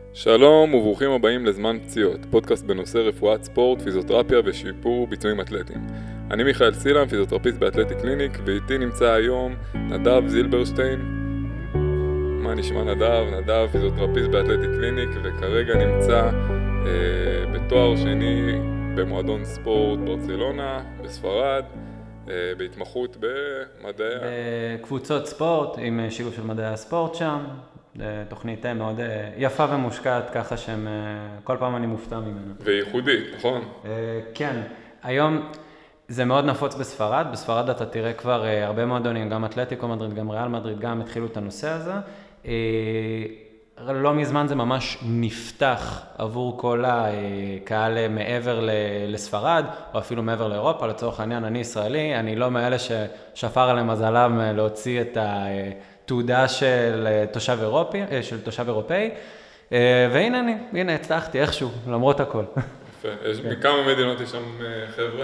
שלום וברוכים הבאים לזמן פציעות, פודקאסט בנושא רפואת ספורט, פיזיותרפיה ושיפור ביצועים אתלטיים. אני מיכאל סילם, פיזיותרפיסט באתלטי קליניק, ואיתי נמצא היום נדב זילברשטיין. מה נשמע נדב? נדב פיזיותרפיסט באתלטי קליניק, וכרגע נמצא בתואר שני במועדון ספורט ברצלונה, בספרד, בהתמחות במדעי... בקבוצות ספורט, עם שילוב של מדעי הספורט שם. תוכנית מאוד יפה ומושקעת, ככה שהם כל פעם אני מופתע ממנו. וייחודית, נכון? כן, היום זה מאוד נפוץ בספרד. בספרד אתה תראה כבר הרבה מועדונים, גם אתלטיקו מדריד, גם ריאל מדריד, גם התחילו את הנושא הזה. לא מזמן זה ממש נפתח עבור כל הקהל מעבר לספרד, או אפילו מעבר לאירופה. לצורך העניין, אני ישראלי, אני לא מאלה ששפר עליהם מזלם להוציא את תעודה של תושב אירופאי, והנה הצלחתי איכשהו, למרות הכל. יפה, מכמה מדינות יש שם חבר'ה?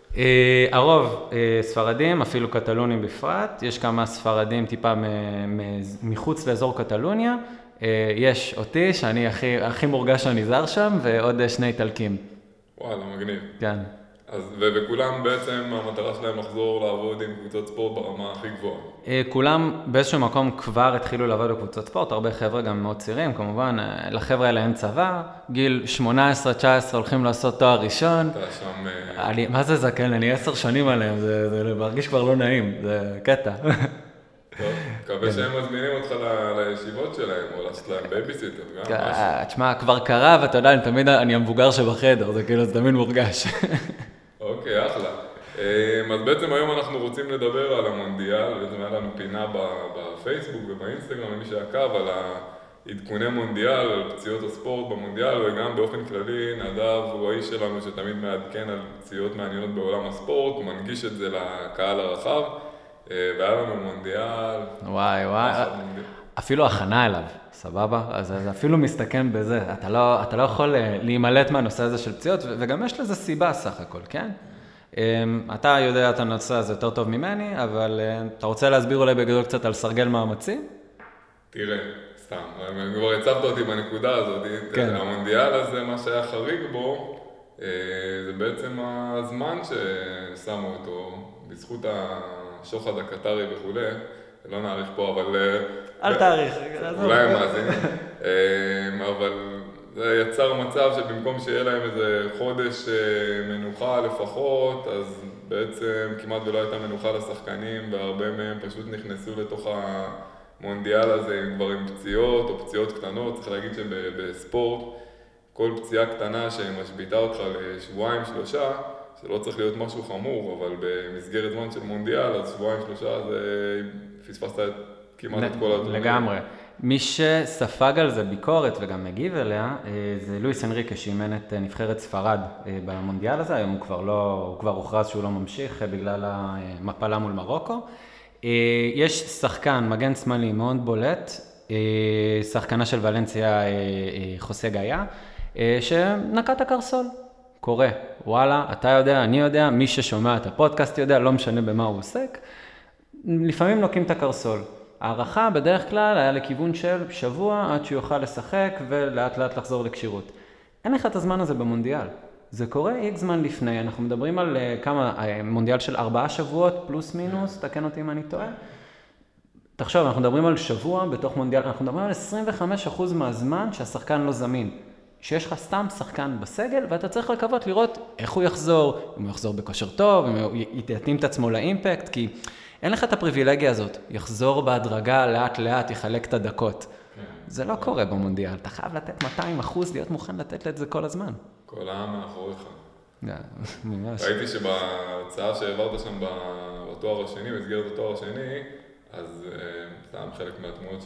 הרוב ספרדים, אפילו קטלונים בפרט, יש כמה ספרדים טיפה מחוץ לאזור קטלוניה, יש אותי שאני הכי מורגש שאני זר שם, ועוד שני איטלקים. וואלה, מגניב. כן. וכולם בעצם המטרה שלהם לחזור לעבוד עם קבוצות ספורט ברמה הכי גבוהה. כולם באיזשהו מקום כבר התחילו לעבוד בקבוצות ספורט, הרבה חבר'ה גם מאוד צעירים, כמובן, לחבר'ה האלה אין צבא, גיל 18-19 הולכים לעשות תואר ראשון. אתה שם... מה זה זקן? אני 10 שנים עליהם, זה מרגיש כבר לא נעים, זה קטע. טוב, מקווה שהם מזמינים אותך לישיבות שלהם, או לעשות להם בייביסיטר, גם משהו. תשמע, כבר קרה, ואתה יודע, תמיד אני המבוגר שבחדר, זה כאילו, זה תמיד מורגש. אוקיי, אחלה. אז בעצם היום אנחנו רוצים לדבר על המונדיאל, בעצם היה לנו פינה בפייסבוק ובאינסטגרם, למי שעקב על העדכוני מונדיאל, על פציעות הספורט במונדיאל, וגם באופן כללי נדב הוא האיש שלנו שתמיד מעדכן על פציעות מעניינות בעולם הספורט, הוא מנגיש את זה לקהל הרחב, והיה לנו מונדיאל. וואי, אפילו הכנה אליו, סבבה? אז אפילו מסתכם בזה, אתה לא יכול להימלט מהנושא הזה של פציעות, וגם יש לזה סיבה סך הכל, כן? אתה יודע את הנושא הזה יותר טוב ממני, אבל אתה רוצה להסביר אולי בגדול קצת על סרגל מאמצים? תראה, סתם, כבר הצבת אותי בנקודה הזאת, כן. המונדיאל הזה, מה שהיה חריג בו, זה בעצם הזמן ששמו אותו, בזכות השוחד הקטרי וכו', לא נעריך פה, אבל... אל תעריך. אולי הם מאזינים. אבל זה יצר מצב שבמקום שיהיה להם איזה חודש מנוחה לפחות, אז בעצם כמעט ולא הייתה מנוחה לשחקנים, והרבה מהם פשוט נכנסו לתוך המונדיאל הזה כבר עם פציעות או פציעות קטנות. צריך להגיד שבספורט, כל פציעה קטנה שמשביתה אותך לשבועיים, 3, זה לא צריך להיות משהו חמור, אבל במסגרת זמן של מונדיאל, אז 2-3, זה פספסת כמעט את כל הדברים. לגמרי. מי שספג על זה ביקורת וגם מגיב אליה, זה לואיס אנריקה, שאימן את נבחרת ספרד במונדיאל הזה. היום הוא כבר הוכרז שהוא לא ממשיך בגלל המפלה מול מרוקו. יש שחקן, מגן שמאלי מאוד בולט, שחקנה של ולנסיה, חוסה גאיה, שנקע את הקרסול. קורה, וואלה, אתה יודע, אני יודע, מי ששומע את הפודקאסט יודע, לא משנה במה הוא עוסק, לפעמים נוקים את הקרסול. הערכה בדרך כלל היה לכיוון של שבוע עד שהוא יוכל לשחק ולאט לאט לחזור לקשירות. אין לך את הזמן הזה במונדיאל. זה קורה איקס זמן לפני, אנחנו מדברים על כמה, מונדיאל של 4 שבועות פלוס מינוס, תקן אותי אם אני טועה. תחשוב, אנחנו מדברים על שבוע בתוך מונדיאל, אנחנו מדברים על 25% מהזמן שהשחקן לא זמין. שיש לך סתם שחקן בסגל, ואתה צריך לקוות לראות איך הוא יחזור, אם הוא יחזור בכושר טוב, אם הוא יתאים את עצמו לאימפקט, כי אין לך את הפריבילגיה הזאת. יחזור בהדרגה, לאט לאט, יחלק את הדקות. זה לא קורה במונדיאל. אתה חייב לתת 200%, להיות מוכן לתת את זה כל הזמן. כל העם מאחוריך. ממש. ראיתי שבהצעה שהעברת שם בתואר השני, במסגרת התואר השני, אז סתם חלק מהתמונות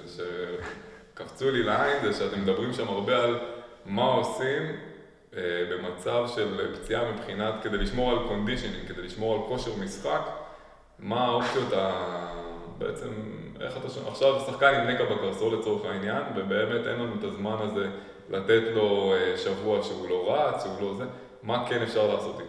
שקפצו לי לעין, זה שאתם מדברים שם הרבה על מה עושים במצב של פציעה מבחינת, כדי לשמור על קונדישנינג, כדי לשמור על כושר משחק, מה האופציות בעצם, איך אתה שומע? עכשיו שחקן עם נקע בקרסול לצורך העניין, ובאמת אין לנו את הזמן הזה לתת לו שבוע שהוא לא רץ, שהוא לא זה, מה כן אפשר לעשות איתו?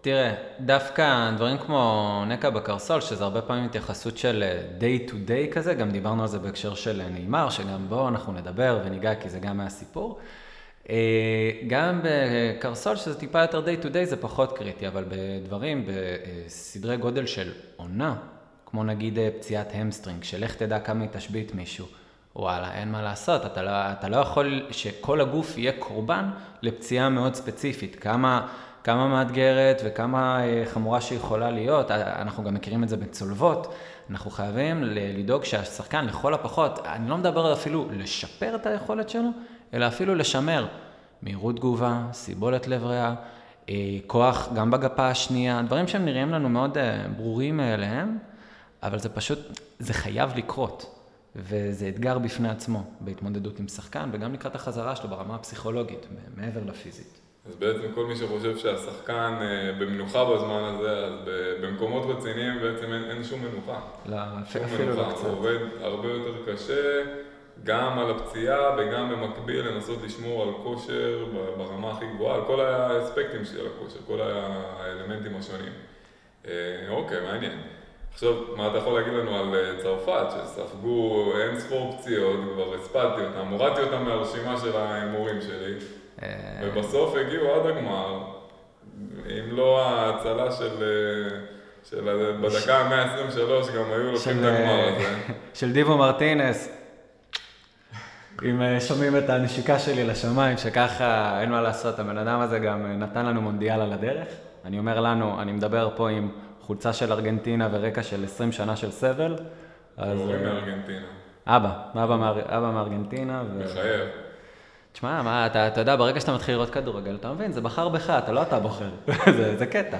תראה, דווקא דברים כמו נקע בקרסול, שזה הרבה פעמים התייחסות של day to day כזה, גם דיברנו על זה בהקשר של נאמר, שגם בו אנחנו נדבר וניגע, כי זה גם מהסיפור. גם בקרסול, שזה טיפה יותר day to day, זה פחות קריטי, אבל בדברים, בסדרי גודל של עונה, כמו נגיד פציעת המסטרינג, שלך תדע כמה יתשבית מישהו, וואלה, אין מה לעשות, אתה לא יכול שכל הגוף יהיה קורבן לפציעה מאוד ספציפית, כמה מאתגרת וכמה חמורה שיכולה להיות, אנחנו גם מכירים את זה בצולבות, אנחנו חייבים לדאוג שהשחקן לכל הפחות, אני לא מדבר אפילו לשפר את היכולת שלו, אלא אפילו לשמר מהירות תגובה, סיבולת לב ריאה, כוח גם בגפה השנייה, דברים שהם נראים לנו מאוד ברורים מאליהם, אבל זה פשוט, זה חייב לקרות. וזה אתגר בפני עצמו, בהתמודדות עם שחקן, וגם לקראת החזרה שלו ברמה הפסיכולוגית, מעבר לפיזית. אז בעצם כל מי שחושב שהשחקן במנוחה בזמן הזה, אז במקומות רציניים בעצם אין שום מנוחה. לא, אפילו לא קצת. הוא עובד הרבה יותר קשה, גם על הפציעה וגם במקביל לנסות לשמור על כושר ברמה הכי גבוהה, על כל האספקטים של הכושר, כל האלמנטים השונים. אוקיי, מעניין. עכשיו, מה אתה יכול להגיד לנו על צרפת, שספגו אין ספור פציעות, כבר הספדתי אותם, הורדתי אותם מהרשימה של ההימורים שלי, ובסוף הגיעו עד הגמר, אם לא ההצלה של בדקה ה-123, גם היו לוקחים את הגמר הזה. של דיבו מרטינס, אם שומעים את הנשיקה שלי לשמיים, שככה אין מה לעשות, הבן אדם הזה גם נתן לנו מונדיאל על הדרך. אני אומר לנו, אני מדבר פה עם חולצה של ארגנטינה ורקע של 20 שנה של סבל. הורים מארגנטינה. אבא מארגנטינה. מחייב. תשמע, אתה יודע, ברגע שאתה מתחיל לראות כדורגל, אתה מבין, זה בחר בך, אתה בוחר. זה קטע.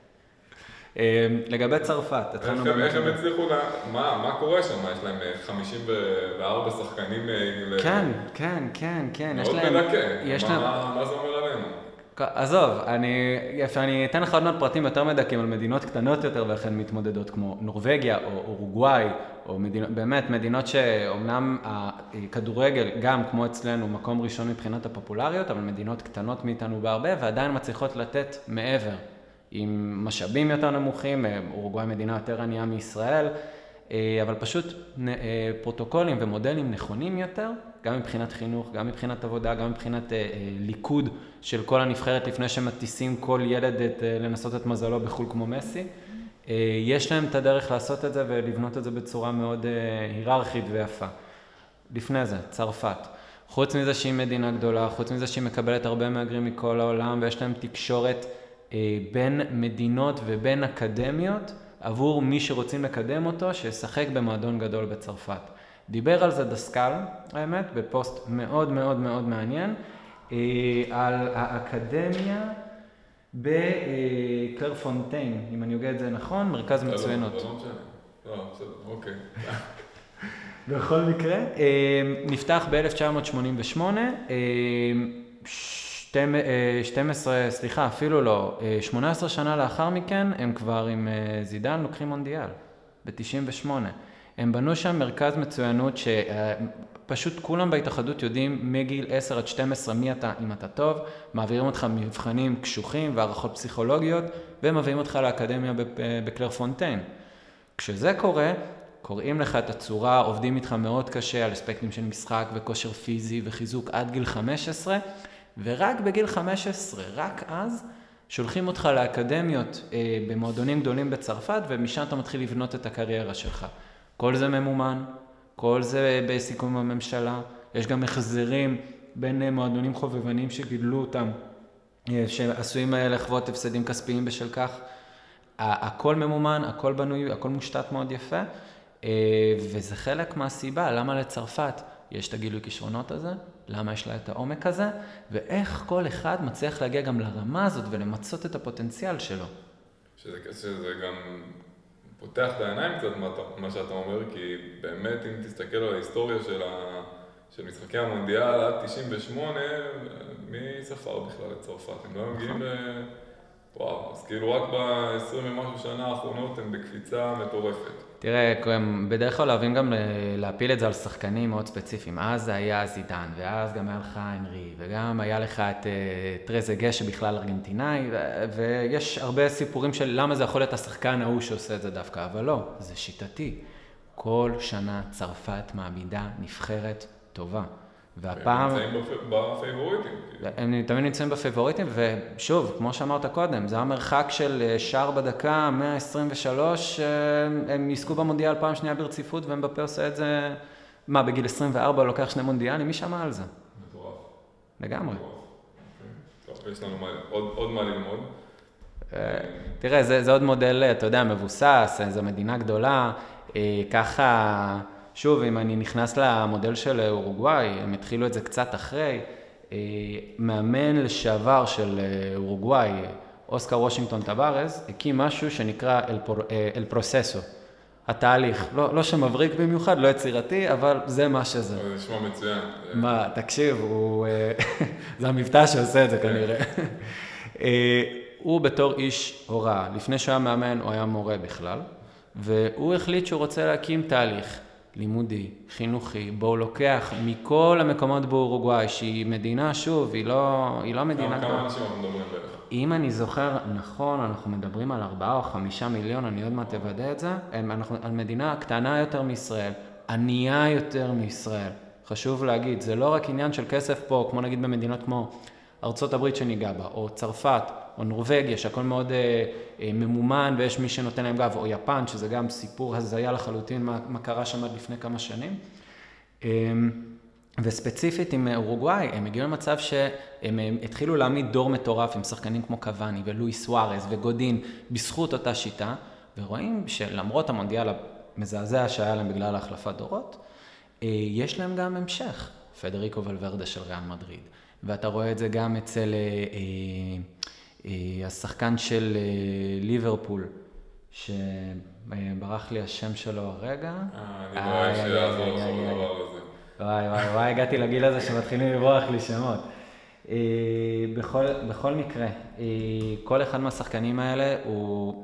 לגבי צרפת, התחלנו... איך הם הצליחו, מה קורה שם? יש להם 54 שחקנים... כן. מאוד מדכא. מה זה אומר עלינו? עזוב, אני אתן לך עוד מעט פרטים יותר מדקים על מדינות קטנות יותר ואיך הן מתמודדות, כמו נורווגיה או אורוגוואי, או באמת מדינות שאומנם הכדורגל, גם כמו אצלנו, מקום ראשון מבחינת הפופולריות, אבל מדינות קטנות מאיתנו בהרבה, ועדיין מצליחות לתת מעבר, עם משאבים יותר נמוכים, אורוגוואי מדינה יותר ענייה מישראל, אבל פשוט פרוטוקולים ומודלים נכונים יותר, גם מבחינת חינוך, גם מבחינת עבודה, גם מבחינת ליכוד של כל הנבחרת לפני שמטיסים כל ילד לנסות את מזלו בחול כמו מסי. יש להם את הדרך לעשות את זה ולבנות את זה בצורה מאוד היררכית ויפה. לפני זה, צרפת. חוץ מזה שהיא מדינה גדולה, חוץ מזה שהיא מקבלת הרבה מהגרים מכל העולם ויש להם תקשורת בין מדינות ובין אקדמיות עבור מי שרוצים לקדם אותו, שישחק במועדון גדול בצרפת. דיבר על זה דסקל, האמת, בפוסט מאוד מאוד מאוד מעניין, על האקדמיה בקלר פונטיין, אם אני אוגע את זה נכון, מרכז מצוינות. לא, בסדר, אוקיי. בכל מקרה, נפתח ב-1988, 18 שנה לאחר מכן, הם כבר עם זידן לוקחים מונדיאל, ב-98. הם בנו שם מרכז מצוינות שפשוט כולם בהתאחדות יודעים מגיל 10 עד 12 מי אתה, אם אתה טוב, מעבירים אותך מבחנים קשוחים והערכות פסיכולוגיות, ומביאים אותך לאקדמיה בקלר פונטיין. כשזה קורה, קוראים לך את הצורה, עובדים איתך מאוד קשה על אספקטים של משחק וכושר פיזי וחיזוק עד גיל 15, ורק בגיל 15, רק אז, שולחים אותך לאקדמיות במועדונים גדולים בצרפת, ומשם אתה מתחיל לבנות את הקריירה שלך. כל זה ממומן, כל זה בסיכום הממשלה, יש גם החזרים בין מועדונים חובבנים שגידלו אותם, שעשויים לחוות הפסדים כספיים בשל כך. הכל ממומן, הכל בנוי, הכל מושתת מאוד יפה, וזה חלק מהסיבה, למה לצרפת יש את הגילוי כישרונות הזה, למה יש לה את העומק הזה, ואיך כל אחד מצליח להגיע גם לרמה הזאת ולמצות את הפוטנציאל שלו. שזה גם פותח את העיניים קצת מה שאתה אומר, כי באמת אם תסתכל על ההיסטוריה של משחקי המונדיאל עד 98, מי ספר בכלל לצרפת? הם לא מגיעים וואו, אז כאילו רק ב-20 ומשהו שנה האחרונות הם בקפיצה מטורפת. תראה, בדרך כלל אוהבים גם להפיל את זה על שחקנים מאוד ספציפיים. אז זה היה זידן, ואז גם היה לך הנרי, וגם היה לך את טרזגה שבכלל ארגנטינאי, ויש הרבה סיפורים של למה זה יכול להיות השחקן ההוא שעושה את זה דווקא, אבל לא, זה שיטתי. כל שנה צרפת מעמידה נבחרת טובה. והפעם... הם נמצאים בפייבוריטים. הם תמיד נמצאים בפייבוריטים, ושוב, כמו שאמרת קודם, זה המרחק של שער בדקה, 123, הם יזכו במונדיאל פעם שנייה ברציפות, והם בפה עושה את זה, מה, בגיל 24 לוקח 2 מונדיאלים? מי שמע על זה? מטורף. לגמרי. טוב, יש לנו עוד מה ללמוד. תראה, זה עוד מודל, אתה יודע, מבוסס, זו מדינה גדולה, ככה... שוב, אם אני נכנס למודל של אורוגוואי, הם התחילו את זה קצת אחרי, מאמן לשעבר של אורוגוואי, אוסקר וושינגטון טברז, הקים משהו שנקרא אל פרוססו, התהליך. לא שמבריק במיוחד, לא יצירתי, אבל זה מה שזה. זה נשמע מצוין. מה, תקשיב, זה המבטא שעושה את זה כנראה. הוא בתור איש הוראה, לפני שהוא היה מאמן, הוא היה מורה בכלל, והוא החליט שהוא רוצה להקים תהליך. לימודי, חינוכי, בו הוא לוקח מכל המקומות באורוגוואי, שהיא מדינה, שוב, היא לא מדינה גדולה. כמה אנשים אנחנו מדברים בערך? אם אני זוכר נכון, אנחנו מדברים על 4 או 5 מיליון, אני עוד מעט אוודא את זה, אנחנו על מדינה קטנה יותר מישראל, ענייה יותר מישראל. חשוב להגיד, זה לא רק עניין של כסף פה, כמו נגיד במדינות כמו ארצות הברית שניגע בה, או צרפת, או נורווגיה, שהכל מאוד ממומן ויש מי שנותן להם גב, או יפן, שזה גם סיפור הזיה לחלוטין מה קרה שם עד לפני כמה שנים. וספציפית עם אורוגוואי, הם הגיעו למצב שהם התחילו להעמיד דור מטורף עם שחקנים כמו קוואני ולואיס סוארז וגודין, בזכות אותה שיטה, ורואים שלמרות המונדיאל המזעזע שהיה להם בגלל ההחלפת דורות, יש להם גם המשך, פדריקו ולוורדה של ריאל מדריד. ואתה רואה את זה גם אצל השחקן של ליברפול, שברח לי השם שלו הרגע. אני רואה שיעזור לך בדבר הזה. וואי, הגעתי לגיל הזה שמתחילים לברוח לי שמות. בכל מקרה, כל אחד מהשחקנים האלה הוא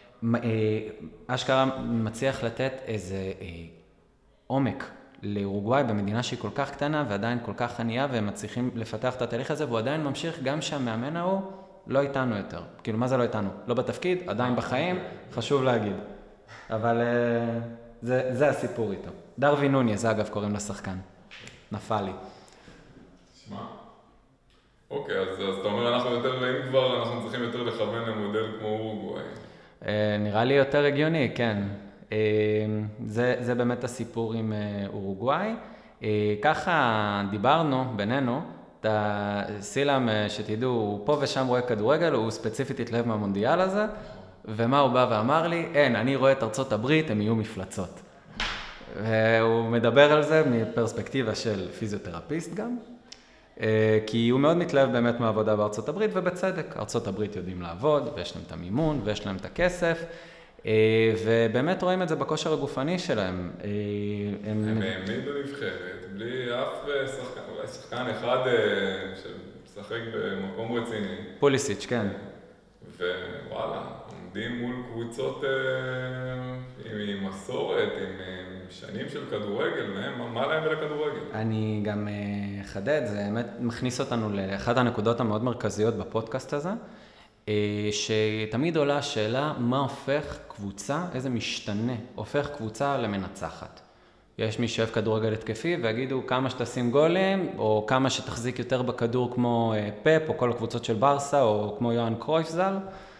אשכרה מצליח לתת איזה עומק לאורוגוואי במדינה שהיא כל כך קטנה ועדיין כל כך ענייה, והם מצליחים לפתח את התהליך הזה, והוא עדיין ממשיך גם שהמאמן ההוא לא איתנו יותר. כאילו, מה זה לא איתנו? לא בתפקיד, עדיין בחיים, חשוב להגיד. אבל זה הסיפור איתו. דרווין נוניז, אגב, קוראים לשחקן. נפל לי. שמע. אוקיי, אז אתה אומר, אם כבר אנחנו צריכים יותר לכוון למודל כמו אורוגוואי. נראה לי יותר הגיוני, כן. זה באמת הסיפור עם אורוגוואי. ככה דיברנו בינינו, סילם שתדעו, הוא פה ושם רואה כדורגל, הוא ספציפית התלהב מהמונדיאל הזה, ומה הוא בא ואמר לי? אני רואה את ארצות הברית, הם יהיו מפלצות. והוא מדבר על זה מפרספקטיבה של פיזיותרפיסט גם, כי הוא מאוד מתלהב באמת מהעבודה בארצות הברית, ובצדק, ארצות הברית יודעים לעבוד, ויש להם את המימון, ויש להם את הכסף, ובאמת רואים את זה בכושר הגופני שלהם. הם העמידו נבחרת, בלי אף שחקן, אולי שחקן אחד שמשחק במקום רציני. פוליסיץ', כן. ווואלה, עומדים מול קבוצות עם מסורת, עם שנים של כדורגל, מה להם ולכדורגל? אני גם חדד, זה באמת מכניס אותנו לאחת הנקודות המאוד מרכזיות בפודקאסט הזה, שתמיד עולה השאלה מה הופך קבוצה, איזה משתנה הופך קבוצה למנצחת. יש מי שאוהב כדורגל התקפי ויגידו כמה שתשים גולים, או כמה שתחזיק יותר בכדור כמו פפ, או כל הקבוצות של ברסה, או כמו יוהאן קרויף ז"ל.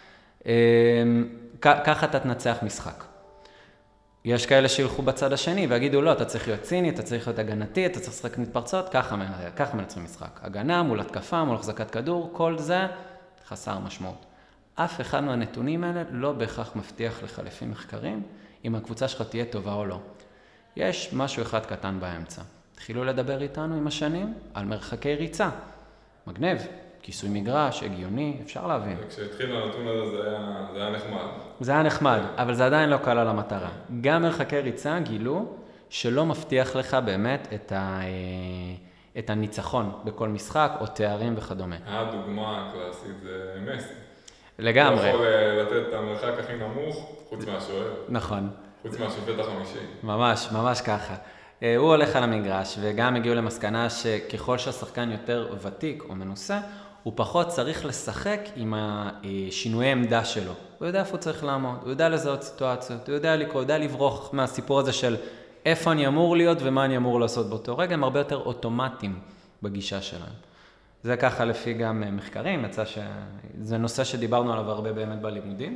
ככה אתה תנצח משחק. יש כאלה שילכו בצד השני ויגידו לא, אתה צריך להיות ציני, אתה צריך להיות הגנתי, אתה צריך לשחק מתפרצות, ככה מנצחים משחק. הגנה מול התקפה, מול החזקת כדור, כל זה חסר משמעות. אף אחד מהנתונים האלה לא בהכרח מבטיח לך לפי מחקרים אם הקבוצה שלך תהיה טובה או לא. יש משהו אחד קטן באמצע. התחילו לדבר איתנו עם השנים על מרחקי ריצה. מגנב, כיסוי מגרש, הגיוני, אפשר להבין. כשהתחיל הנתון הזה זה היה נחמד. זה היה נחמד, אבל זה עדיין לא קל על המטרה. גם מרחקי ריצה גילו שלא מבטיח לך באמת את הניצחון בכל משחק או תארים וכדומה. הדוגמה הקלאסית זה מסי. לגמרי. הוא יכול לתת את המרחק הכי נמוך חוץ מהשוער. נכון. חוץ מהשופט החמישי. ממש, ממש ככה. הוא הולך על המגרש, וגם הגיעו למסקנה שככל שהשחקן יותר ותיק או מנוסה, הוא פחות צריך לשחק עם השינויי עמדה שלו. הוא יודע איפה הוא צריך לעמוד, הוא יודע לזהות סיטואציות, הוא יודע לקרוא, הוא יודע לברוח מהסיפור הזה של איפה אני אמור להיות ומה אני אמור לעשות באותו רגע, הם הרבה יותר אוטומטיים בגישה שלהם. זה ככה לפי גם מחקרים, יצא שזה נושא שדיברנו עליו הרבה באמת בלימודים.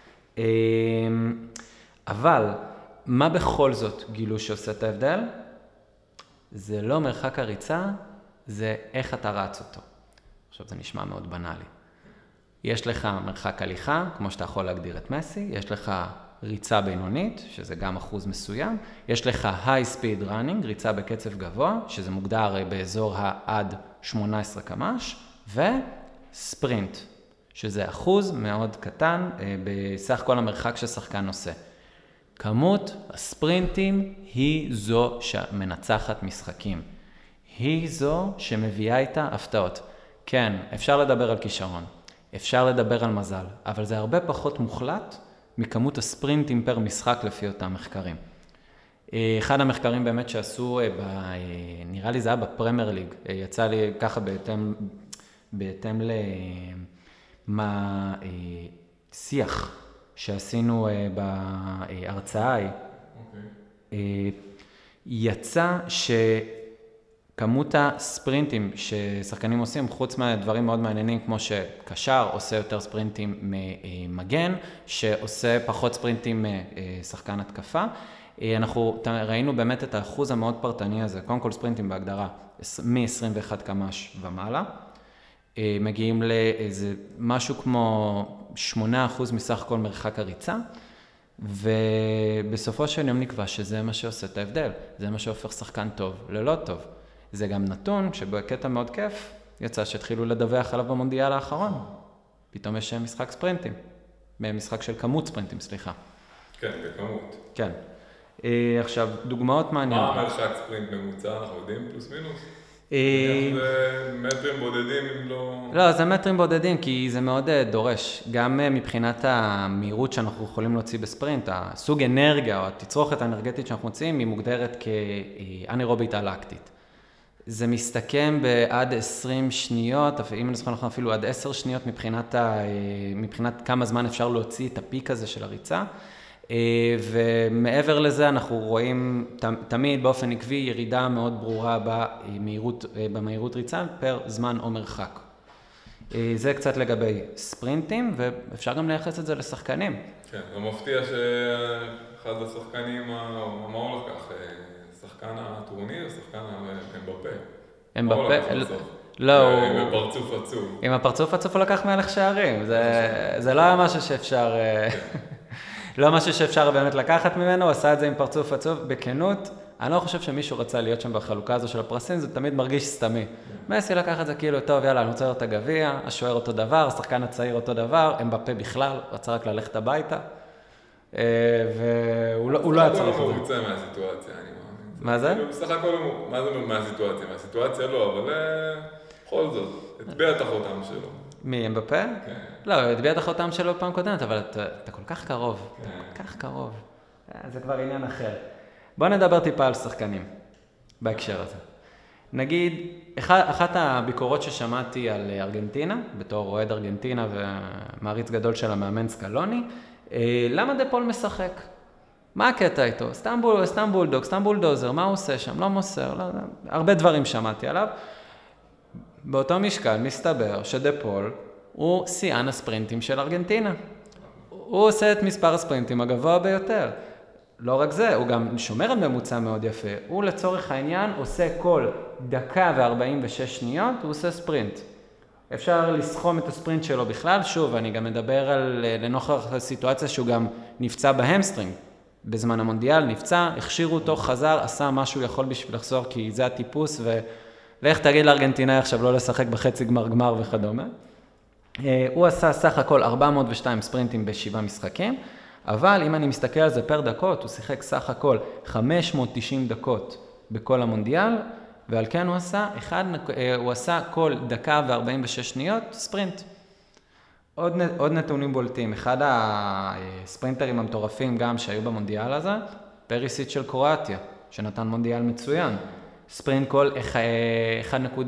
אבל מה בכל זאת גילו שעושה את ההבדל? זה לא מרחק הריצה, זה איך אתה רץ אותו. עכשיו זה נשמע מאוד בנאלי. יש לך מרחק הליכה, כמו שאתה יכול להגדיר את מסי, יש לך ריצה בינונית, שזה גם אחוז מסוים, יש לך high speed running, ריצה בקצב גבוה, שזה מוגדר באזור העד 18 קמ"ש, וספרינט, שזה אחוז מאוד קטן בסך כל המרחק ששחקן עושה. כמות הספרינטים היא זו שמנצחת משחקים. היא זו שמביאה איתה הפתעות. כן, אפשר לדבר על כישרון, אפשר לדבר על מזל, אבל זה הרבה פחות מוחלט מכמות הספרינטים פר משחק לפי אותם מחקרים. אחד המחקרים באמת שעשו, נראה לי זה היה בפרמייר ליג, יצא לי ככה בהתאם למה שיח שעשינו בהרצאה, יצא שכמות הספרינטים ששחקנים עושים, חוץ מהדברים מאוד מעניינים, כמו שקשר עושה יותר ספרינטים ממגן, שעושה פחות ספרינטים משחקן התקפה, אנחנו ראינו באמת את האחוז המאוד פרטני הזה, קודם כל ספרינטים בהגדרה, מ-21 קמ"ש ומעלה, מגיעים לאיזה משהו כמו 8% מסך כל מרחק הריצה, ובסופו של יום נקבע שזה מה שעושה את ההבדל, זה מה שהופך שחקן טוב ללא טוב. זה גם נתון שבקטע מאוד כיף יצא שהתחילו לדווח עליו במונדיאל האחרון. פתאום יש משחק ספרינטים, משחק של כמות ספרינטים, סליחה. כן, בכמות. כן. עכשיו, דוגמאות מעניינות. מה מרחק ספרינט ממוצע, אנחנו יודעים פלוס מינוס? זה מטרים בודדים אם לא... לא, זה מטרים בודדים כי זה מאוד דורש. גם מבחינת המהירות שאנחנו יכולים להוציא בספרינט, הסוג אנרגיה או התצרוכת האנרגטית שאנחנו מוציאים היא מוגדרת כאנאירובית אלקטית. זה מסתכם בעד 20 שניות, אם אני זוכר נכון אפילו עד 10 שניות מבחינת כמה זמן אפשר להוציא את הפיק הזה של הריצה. ומעבר לזה אנחנו רואים תמיד באופן עקבי ירידה מאוד ברורה במהירות ריצה פר זמן או מרחק. זה קצת לגבי ספרינטים, ואפשר גם לייחס את זה לשחקנים. כן, זה מפתיע שאחד השחקנים, מה הוא לקח? שחקן הטורניר, שחקן אמבפה. אמבפה? לא, עם הפרצוף עצוב. עם הפרצוף עצוב הוא לקח מלך שערים, זה לא היה משהו שאפשר... לא משהו שאפשר באמת לקחת ממנו, הוא עשה את זה עם פרצוף עצוב, בכנות, אני לא חושב שמישהו רצה להיות שם בחלוקה הזו של הפרסים, זה תמיד מרגיש סתמי. מסי לקח את זה כאילו, טוב, יאללה, אני רוצה לראות את הגביע, השוער אותו דבר, השחקן הצעיר אותו דבר, אמבפה בכלל, רצה רק ללכת הביתה, והוא לא יצא לך את זה. הוא מרוצה מהסיטואציה, אני מאמין. מה זה? בסך הכל, מה זה מהסיטואציה? מהסיטואציה לא, אבל בכל זאת, הטביע את החותם שלו. מי, אמבפה? כן. לא, הוא הטביע את החותם שלו פעם קודמת, אבל אתה כל כך קרוב, כל כך קרוב. זה כבר עניין אחר. בוא נדבר טיפה על שחקנים, בהקשר הזה. נגיד, אחת הביקורות ששמעתי על ארגנטינה, בתור אוהד ארגנטינה ומעריץ גדול של המאמן סקלוני, למה דפול משחק? מה הקטע איתו? סתם בולדוג, סתם בולדוזר, מה הוא עושה שם? לא מוסר, לא, הרבה דברים שמעתי עליו. באותו משקל מסתבר שדפול הוא שיאן הספרינטים של ארגנטינה. הוא עושה את מספר הספרינטים הגבוה ביותר. לא רק זה, הוא גם שומר על ממוצע מאוד יפה. הוא לצורך העניין עושה כל דקה ו46 שניות, הוא עושה ספרינט. אפשר לסכום את הספרינט שלו בכלל. שוב, אני גם מדבר על לנוכח הסיטואציה שהוא גם נפצע בהמסטרינג. בזמן המונדיאל נפצע, הכשירו אותו, חזר, עשה מה שהוא יכול בשביל לחזור, כי זה הטיפוס, ולך תגיד לארגנטינאי עכשיו לא לשחק בחצי גמר וכדומה. הוא עשה סך הכל 402 ספרינטים ב7 משחקים, אבל אם אני מסתכל על זה פר דקות, הוא שיחק סך הכל 590 דקות בכל המונדיאל, ועל כן הוא עשה כל דקה ו46 שניות ספרינט. עוד נתונים בולטים, אחד הספרינטרים המטורפים גם שהיו במונדיאל הזה, פריסיץ' של קרואטיה, שנתן מונדיאל מצוין, ספרינט קול 1.47.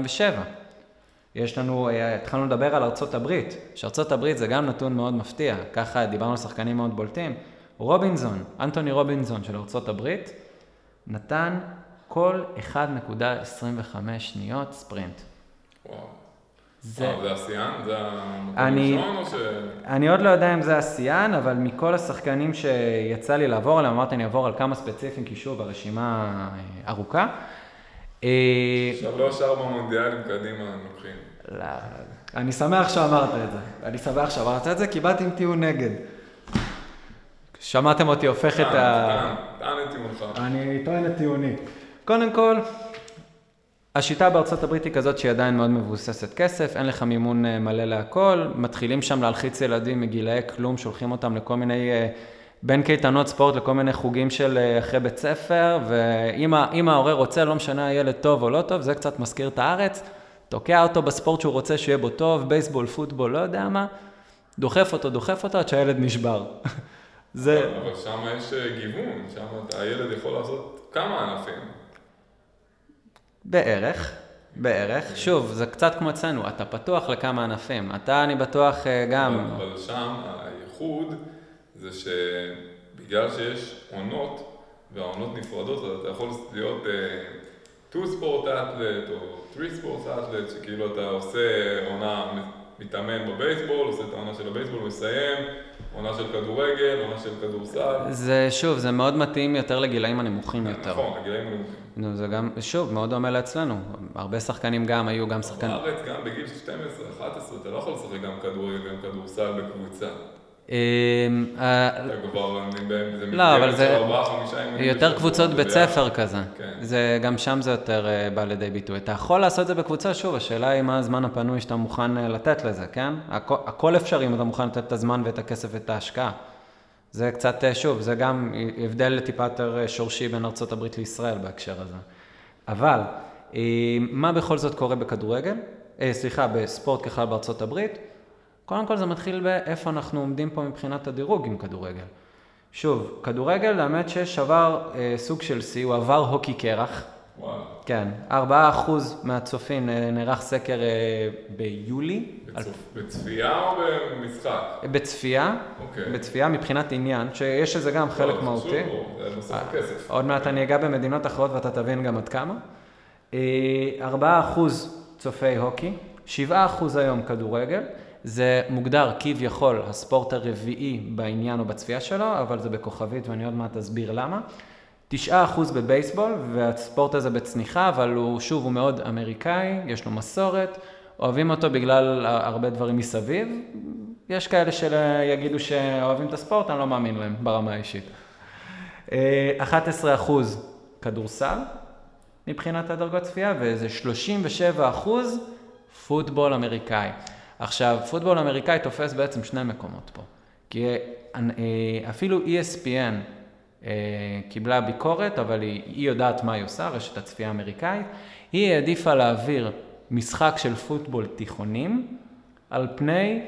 יש לנו, התחלנו לדבר על ארצות הברית, שארצות הברית זה גם נתון מאוד מפתיע, ככה דיברנו על שחקנים מאוד בולטים, אנטוני רובינזון של ארצות הברית, נתן כל 1.25 שניות ספרינט. וואו. זה השיאן? זה המקום ראשון או ש... אני עוד לא יודע אם זה השיאן, אבל מכל השחקנים שיצא לי לעבור עליהם, אמרתי אני אעבור על כמה ספציפיים, כי שוב הרשימה ארוכה. עכשיו לא השאר במונדיאלים קדימה לוקחים. לא, אני שמח שאמרת את זה, כי באתי עם טיעון נגד. שמעתם אותי הופך את טען את טיעונך. אני טוען את טיעוני. קודם כל, השיטה בארצות הברית היא כזאת שהיא עדיין מאוד מבוססת כסף, אין לך מימון מלא להכל, מתחילים שם להלחיץ ילדים מגילאי כלום, שולחים אותם לכל מיני, בין קייטנות ספורט לכל מיני חוגים של אחרי בית ספר, ואם ההורה רוצה, לא משנה הילד טוב או לא טוב, זה קצת מזכיר את הארץ, תוקע אותו בספורט שהוא רוצה שיהיה בו טוב, בייסבול, פוטבול, לא יודע מה, דוחף אותו עד שהילד נשבר. אבל שם יש גיוון, שם הילד יכול לעשות כמה ענפים. בערך. שוב, זה קצת כמו אצלנו, אתה פתוח לכמה ענפים. אני בטוח גם... אבל שם הייחוד זה שבגלל שיש עונות, והעונות נפרדות, אז אתה יכול להיות 2 sport athlete או 3 sport athlete, שכאילו אתה עושה עונה, מתאמן בבייסבול, עושה את העונה של הבייסבול, מסיים, עונה של כדורגל, עונה של כדורסל. זה מאוד מתאים יותר לגילאים הנמוכים יותר. נכון, לגילאים הנמוכים. זה גם, שוב, מאוד דומה לאצלנו. הרבה שחקנים גם היו גם שחקנים... בארץ גם בגיל 12, 11, אתה לא יכול לשחק גם כדורגל, גם כדורסל בקבוצה. לא, אבל זה יותר קבוצות בית ספר כזה. גם שם זה יותר בא לידי ביטוי. אתה יכול לעשות את זה בקבוצה, שוב, השאלה היא מה הזמן הפנוי שאתה מוכן לתת לזה, כן? הכל אפשרי אם אתה מוכן לתת את הזמן ואת הכסף ואת ההשקעה. זה קצת, שוב, זה גם הבדל טיפה יותר שורשי בין ארצות הברית לישראל בהקשר הזה. אבל, מה בכל זאת קורה בכדורגל? בספורט ככלל בארצות הברית? קודם כל זה מתחיל באיפה אנחנו עומדים פה מבחינת הדירוג עם כדורגל. שוב, כדורגל, האמת ששבר סוג של שיא, הוא עבר הוקי קרח. וואו. כן, 4% מהצופים נערך סקר ביולי. בצפייה או במשחק? בצפייה. אוקיי. בצפייה מבחינת עניין, שיש לזה גם חלק מהותי. זה נוסף הכסף. עוד מעט אני אגע במדינות אחרות ואתה תבין גם עד כמה. 4% צופי הוקי, 7% היום כדורגל. זה מוגדר כביכול הספורט הרביעי בעניין או בצפייה שלו, אבל זה בכוכבית ואני עוד מעט אסביר למה. 9% בבייסבול, והספורט הזה בצניחה, אבל הוא מאוד אמריקאי, יש לו מסורת, אוהבים אותו בגלל הרבה דברים מסביב. יש כאלה שיגידו שאוהבים את הספורט, אני לא מאמין להם ברמה האישית. 11% כדורסל, מבחינת הדרגות צפייה, וזה 37% פוטבול אמריקאי. עכשיו, פוטבול אמריקאי תופס בעצם 2 מקומות פה. כי אפילו ESPN קיבלה ביקורת, אבל היא יודעת מה היא עושה, רשת הצפייה האמריקאית. היא העדיפה להעביר משחק של פוטבול תיכונים, על פני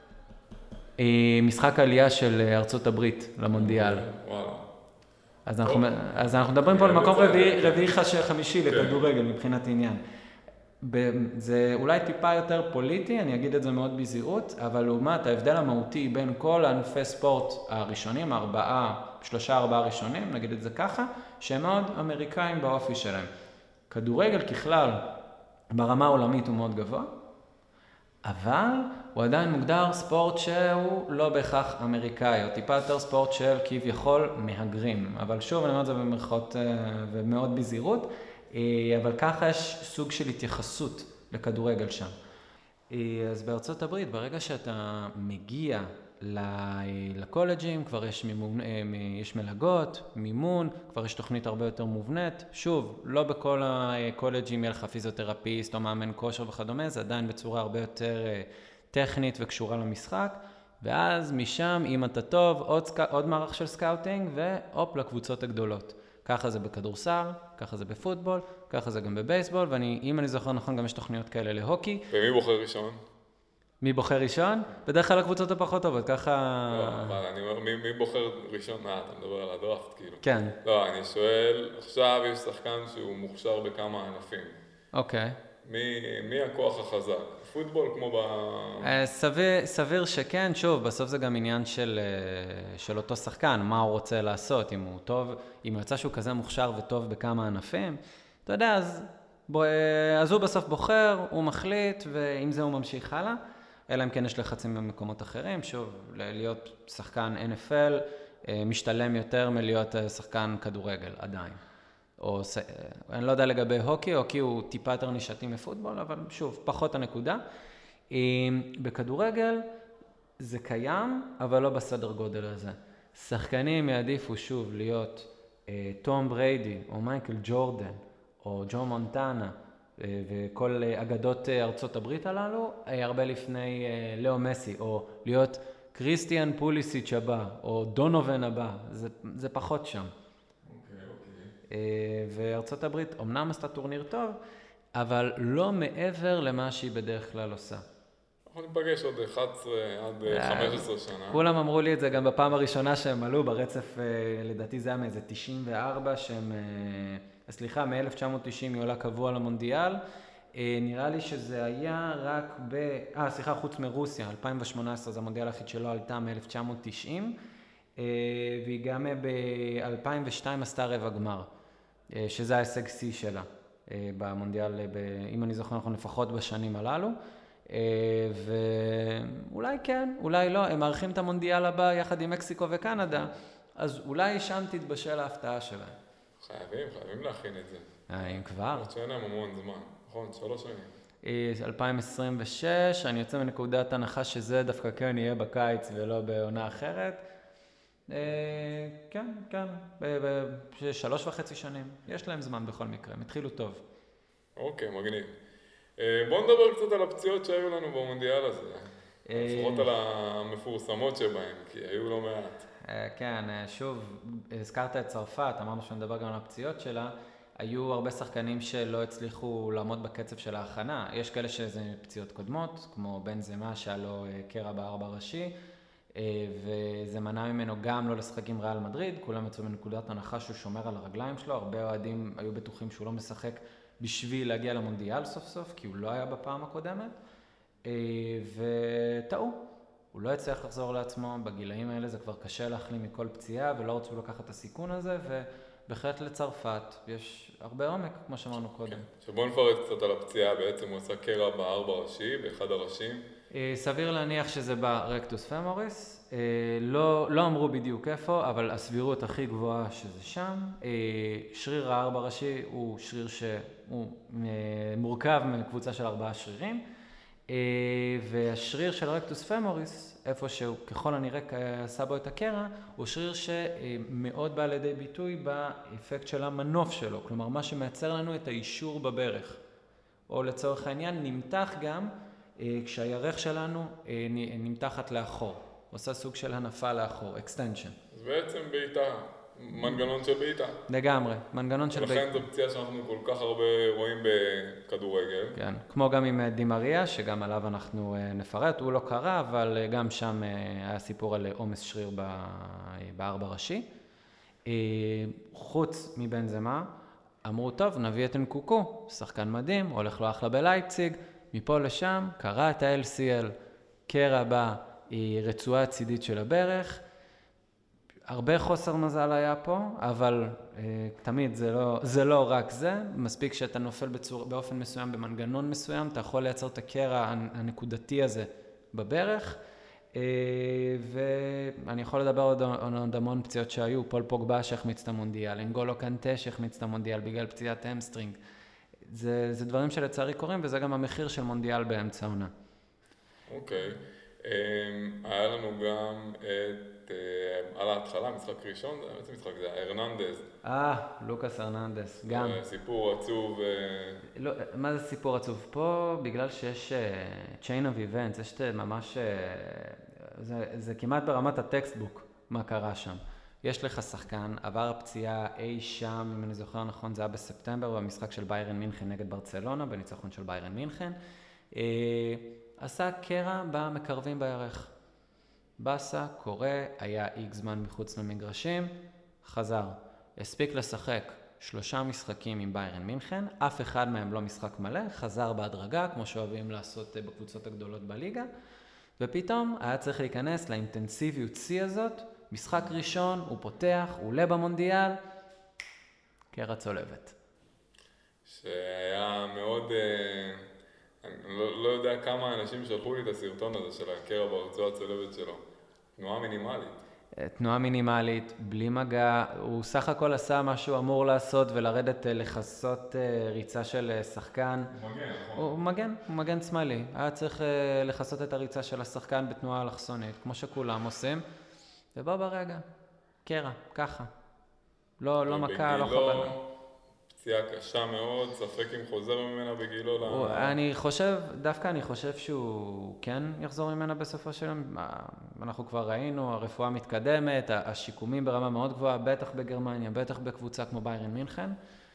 משחק העלייה של ארצות הברית למונדיאל. אז אנחנו מדברים פה על מקום רביעי חמישי לכדורגל מבחינת עניין. זה אולי טיפה יותר פוליטי, אני אגיד את זה מאוד בזהירות, אבל לעומת ההבדל המהותי בין כל ענפי ספורט הראשונים, 3-4 ראשונים, נגיד את זה ככה, שהם מאוד אמריקאים באופי שלהם. כדורגל ככלל ברמה העולמית הוא מאוד גבוה, אבל הוא עדיין מוגדר ספורט שהוא לא בהכרח אמריקאי, או טיפה יותר ספורט של כביכול מהגרים. אבל שוב, אני אומר את זה במרכאות ומאוד בזהירות, אבל ככה יש סוג של התייחסות לכדורגל שם. אז בארצות הברית, ברגע שאתה מגיע לקולג'ים, כבר יש מלגות, מימון, כבר יש תוכנית הרבה יותר מובנית. שוב, לא בכל הקולג'ים יהיה לך פיזיותרפיסט או מאמן כושר וכדומה, זה עדיין בצורה הרבה יותר טכנית וקשורה למשחק. ואז משם, אם אתה טוב, עוד מערך של סקאוטינג והופ לקבוצות הגדולות. ככה זה בכדורסל, ככה זה בפוטבול, ככה זה גם בבייסבול, ואם אני זוכר נכון, גם יש תוכניות כאלה להוקי. ומי בוחר ראשון? מי בוחר ראשון? בדרך כלל הקבוצות הפחות טובות, ככה... לא, אבל אני אומר, מי בוחר ראשון? אתה מדבר על הדראפט, כאילו. כן. לא, אני שואל, עכשיו יש שחקן שהוא מוכשר בכמה ענפים. אוקיי. מי הכוח החזק? פוטבול כמו סביר שכן, שוב, בסוף זה גם עניין של אותו שחקן, מה הוא רוצה לעשות, אם הוא טוב, אם הוא יצא שהוא כזה מוכשר וטוב בכמה ענפים, אתה יודע, אז הוא בסוף בוחר, הוא מחליט, ועם זה הוא ממשיך הלאה, אלא אם כן יש לחצים במקומות אחרים, שוב, להיות שחקן NFL, משתלם יותר מלהיות שחקן כדורגל, עדיין. או, אני לא יודע לגבי הוקי הוא טיפה יותר נישתי מפוטבול, אבל שוב, פחות הנקודה. בכדורגל זה קיים, אבל לא בסדר גודל הזה. שחקנים יעדיפו שוב להיות תום בריידי, או מייקל ג'ורדן, או ג'ו מונטנה, וכל אגדות ארצות הברית הללו, הרבה לפני לאו מסי, או להיות קריסטיאן פוליסיץ' הבא, או דונובן הבא, זה פחות שם. וארצות הברית אומנם עשתה טורניר טוב, אבל לא מעבר למה שהיא בדרך כלל עושה. אנחנו ניפגש עוד 11 עד 15 שנה. כולם אמרו לי את זה גם בפעם הראשונה שהם עלו ברצף, לדעתי זה היה מאיזה 94, סליחה, מ-1990 היא עולה קבוע למונדיאל. נראה לי שזה היה רק חוץ מרוסיה, 2018 זה המונדיאל היחיד שלא עלתה מ-1990. והיא גם ב-2002 עשתה רבע גמר, שזה ההישג שיא שלה במונדיאל, אם אני זוכר נכון, לפחות בשנים הללו. ואולי כן, אולי לא, הם מארחים את המונדיאל הבא יחד עם מקסיקו וקנדה, אז אולי שם תתבשל ההפתעה שלהם. חייבים להכין את זה. אם כבר. עוד שאין להם המון זמן, נכון? 3 שנים. 2026, אני יוצא מנקודת הנחה שזה דווקא כן יהיה בקיץ ולא בעונה אחרת. כן, 3.5 שנים. יש להם זמן בכל מקרה, הם התחילו טוב. אוקיי, מגניב. בואו נדבר קצת על הפציעות שהיו לנו במונדיאל הזה. לפחות על המפורסמות שבהם, כי היו לא מעט. כן, שוב, הזכרת את צרפת, אמרנו שנדבר גם על הפציעות שלה. היו הרבה שחקנים שלא הצליחו לעמוד בקצב של ההכנה. יש כאלה שזה פציעות קודמות, כמו בנזמה שהיה לו קרע בארבע ראשי, וזה מנע ממנו גם לא לשחק עם ריאל מדריד, כולם יצאו מנקודת הנחה שהוא שומר על הרגליים שלו, הרבה אוהדים היו בטוחים שהוא לא משחק בשביל להגיע למונדיאל סוף סוף, כי הוא לא היה בפעם הקודמת, וטעו, הוא לא הצליח לחזור לעצמו, בגילאים האלה זה כבר קשה להחלים מכל פציעה, ולא רצו לקחת את הסיכון הזה, ובהחלט לצרפת יש הרבה עומק, כמו שאמרנו קודם. שבוא נפרט קצת על הפציעה, בעצם הוא עשה קרע בארבע ראשי, באחד הראשים. סביר להניח שזה ברקטוס פמוריס, לא אמרו בדיוק איפה, אבל הסבירות הכי גבוהה שזה שם. שריר הארבע ראשי הוא שריר שהוא מורכב מקבוצה של 4 שרירים, והשריר של רקטוס פמוריס, איפה שהוא ככל הנראה עשה בו את הקרע, הוא שריר שמאוד בא לידי ביטוי באפקט של המנוף שלו, כלומר מה שמייצר לנו את האישור בברך, או לצורך העניין נמתח גם כשהירך שלנו נמתחת לאחור, עושה סוג של הנפה לאחור, extension. אז בעצם בעיטה, מנגנון של בעיטה. לגמרי, מנגנון של בעיטה. ולכן זו פציעה שאנחנו כל כך הרבה רואים בכדורגל. כן, כמו גם עם דימריה, שגם עליו אנחנו נפרט, הוא לא קרה, אבל גם שם היה סיפור על עומס שריר בארבע ראשי. חוץ מבנזמה, אמרו טוב, נביא את נקוקו, שחקן מדהים, הולך לו אחלה בלייפציג, מפה לשם, קרא את ה-LCL, קרע ברצועה צידית של הברך, הרבה חוסר מזל היה פה, אבל תמיד זה לא רק זה, מספיק שאתה נופל באופן מסוים, במנגנון מסוים, אתה יכול לייצר את הקרע הנקודתי הזה בברך, ואני יכול לדבר עוד המון פציעות שהיו, פול פוגבה שהחמיץ את המונדיאל, אנגולו קנטה שהחמיץ את המונדיאל בגלל פציעת המסטרינג, זה דברים שלצערי קורים, וזה גם המחיר של מונדיאל באמצע עונה. אוקיי. היה לנו גם על ההתחלה, משחק ראשון, איזה משחק זה? הרננדז. לוקאס הרננדז, גם. סיפור עצוב. לא, מה זה סיפור עצוב? פה, בגלל שיש chain of events, יש ממש, זה כמעט ברמת הטקסטבוק, מה קרה שם. יש לך שחקן, עבר הפציעה אי שם, אם אני זוכר נכון, זה היה בספטמבר, במשחק של ביירן מינכן נגד ברצלונה, בניצחון של ביירן מינכן. עשה קרע במקרבים בירך. בסה, קורא, היה איקס זמן מחוץ למגרשים, חזר. הספיק לשחק 3 משחקים עם ביירן מינכן, אף אחד מהם לא משחק מלא, חזר בהדרגה, כמו שאוהבים לעשות בקבוצות הגדולות בליגה, ופתאום היה צריך להיכנס לאינטנסיביות C הזאת, משחק ראשון, הוא פותח, הוא עולה במונדיאל, קרע צולבת. שהיה מאוד, אני לא יודע כמה אנשים שלחו לי את הסרטון הזה של הקרע ברצועה הצולבת שלו. תנועה מינימלית. תנועה מינימלית, בלי מגע, הוא סך הכל עשה מה שהוא אמור לעשות ולרדת לחסות ריצה של שחקן. הוא מגן, נכון? הוא מגן שמאלי. היה צריך לחסות את הריצה של השחקן בתנועה אלכסונית, כמו שכולם עושים. ובא ברגע, קרע, ככה. לא מכה, לא חבלה. פציעה קשה מאוד, ספק אם חוזר ממנה בגילו אני חושב שהוא כן יחזור ממנה בסופו של יום. אנחנו כבר ראינו, הרפואה מתקדמת, השיקומים ברמה מאוד גבוהה, בטח בגרמניה, בטח בקבוצה כמו ביירן מינכן.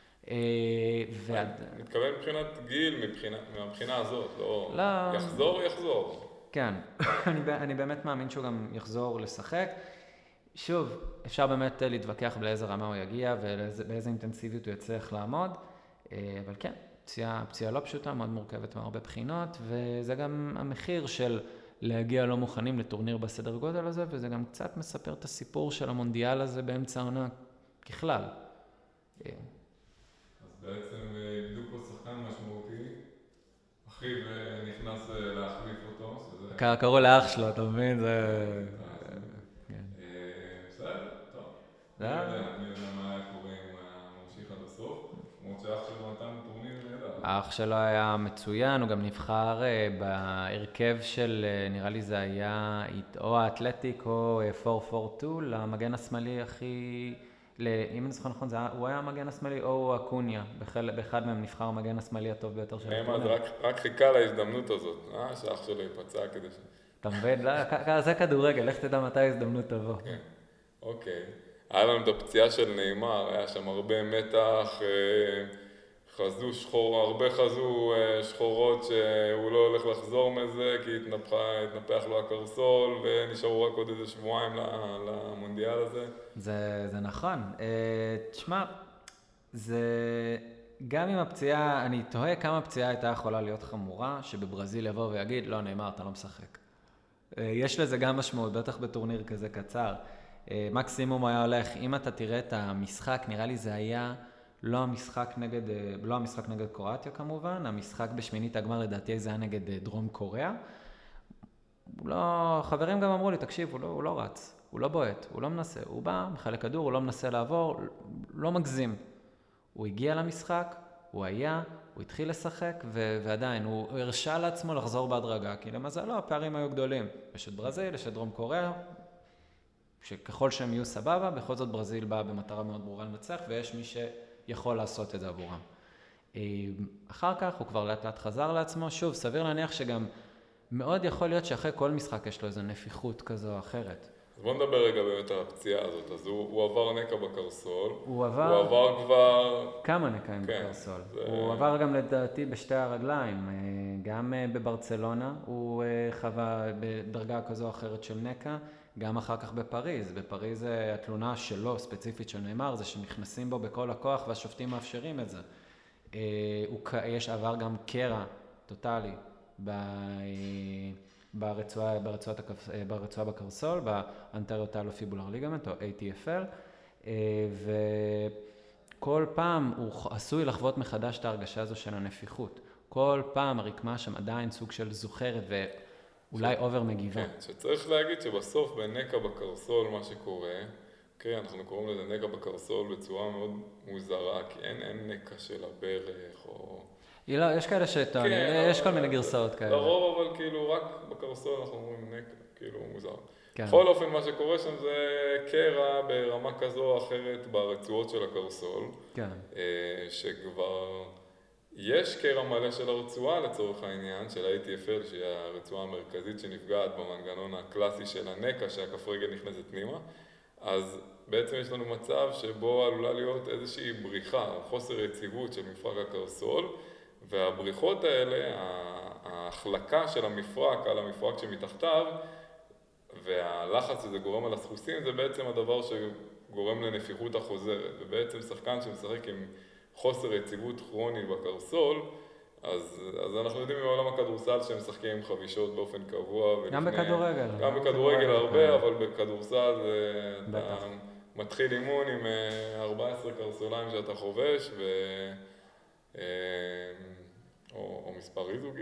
מתכוון מבחינת גיל, מהבחינה הזאת, לא... יחזור. כן, אני באמת מאמין שהוא גם יחזור לשחק. שוב, אפשר באמת להתווכח באיזה רמה הוא יגיע ובאיזה אינטנסיביות הוא יצליח לעמוד, אבל כן, פציעה לא פשוטה, מאוד מורכבת מהרבה בחינות, וזה גם המחיר של להגיע לא מוכנים לטורניר בסדר גודל הזה, וזה גם קצת מספר את הסיפור של המונדיאל הזה באמצע העונה ככלל. אז בעצם בדיוק פה שחקן משמעותי, אחיו נכנס להחליף אותו, שזה... קראו לאח שלו, אתה מבין? אני יודע מה היה קורה אם ממשיך עד הסוף, למרות שאח שלו נתן טורניר נהדר. האח שלו היה מצוין, הוא גם נבחר בהרכב של, נראה לי זה היה או האתלטיק או 442, למגן השמאלי הכי, אם אני זוכר נכון, הוא היה המגן השמאלי או אקוניה, באחד מהם נבחר המגן השמאלי הטוב ביותר של הטורניר. רק חיכה להזדמנות הזאת, שאח שלו ייפצע כדי ש... אתה מבין? זה כדורגל, לך תדע מתי ההזדמנות תבוא. אוקיי. היה לנו את הפציעה של נאמר, היה שם הרבה מתח, הרבה חזו שחורות שהוא לא הולך לחזור מזה, כי התנפח לו הקרסול, ונשארו רק עוד איזה שבועיים למונדיאל הזה. זה נכון. תשמע, גם עם הפציעה, אני תוהה כמה הפציעה הייתה יכולה להיות חמורה, שבברזיל יבוא ויגיד, לא נאמר, אתה לא משחק. יש לזה גם משמעות, בטח בטורניר כזה קצר. מקסימום היה הולך, אם אתה תראה את המשחק, נראה לי זה היה לא המשחק נגד קרואטיה כמובן, המשחק בשמינית הגמר לדעתי זה היה נגד דרום קוריאה. חברים גם אמרו לי, תקשיב, הוא לא רץ, הוא לא בועט, הוא לא מנסה, הוא בא, מחלק כדור, הוא לא מנסה לעבור, לא מגזים. הוא הגיע למשחק, הוא התחיל לשחק, ועדיין הוא הרשה לעצמו לחזור בהדרגה, כי למזלו הפערים היו גדולים. יש את ברזיל, יש את דרום קוריאה, שככל שהם יהיו סבבה, בכל זאת ברזיל באה במטרה מאוד ברורה לנצח, ויש מי שיכול לעשות את זה עבורם. אחר כך הוא כבר לאט לאט חזר לעצמו, שוב, סביר להניח שגם מאוד יכול להיות שאחרי כל משחק יש לו איזו נפיחות כזו או אחרת. אז בוא נדבר רגע באמת על הפציעה הזאת, אז הוא עבר נקע בקרסול, הוא עבר כבר... כמה נקעים בקרסול, הוא עבר גם לדעתי בשתי הרגליים, גם בברצלונה הוא חווה בדרגה כזו או אחרת של נקע, גם אחר כך בפריז. בפריז התלונה שלו, ספציפית של נאמר, זה שנכנסים בו בכל הכוח והשופטים מאפשרים את זה. יש עבר גם קרע טוטלי ברצועה בקרסול, באנטריוטלופיבולר ליגמנט או ATFL, וכל פעם הוא עשוי לחוות מחדש את ההרגשה הזו של הנפיחות. כל פעם הרקמה שם עדיין סוג של זוכרת ואולי אובר מגיבה. כן, שצריך להגיד שבסוף בנקע בקרסול מה שקורה, אוקיי, אנחנו קוראים לזה נקע בקרסול בצורה מאוד מוזרה, כי אין נקע של הברך או... יש כאלה שטוענים, יש כל מיני גרסאות כאלה. לרוב, אבל כאילו רק בקרסול אנחנו אומרים נקע, כאילו מוזר. כן. בכל אופן מה שקורה שם זה קרע ברמה כזו או אחרת ברצועות של הקרסול. כן. שכבר יש קרע מלא של הרצועה לצורך העניין, של ה-ATFL, שהיא הרצועה המרכזית שנפגעת במנגנון הקלאסי של הנקע, שהכף רגל נכנסת פנימה. אז בעצם יש לנו מצב שבו עלולה להיות איזושהי בריחה, חוסר יציבות של מפרק הקרסול, והבריחות האלה, ההחלקה של המפרק על המפרק שמתחתיו, והלחץ שזה גורם על הסחוסים, זה בעצם הדבר שגורם לנפיחות החוזרת. ובעצם שחקן שמשחק עם חוסר יציבות כרונית בקרסול, אז אנחנו יודעים מעולם הכדורסל שהם משחקים עם חבישות באופן קבוע. גם בכדורגל. גם בכדורגל הרבה, אבל בכדורסל אתה מתחיל אימון עם 14 קרסוליים שאתה חובש, או מספר איזוגי,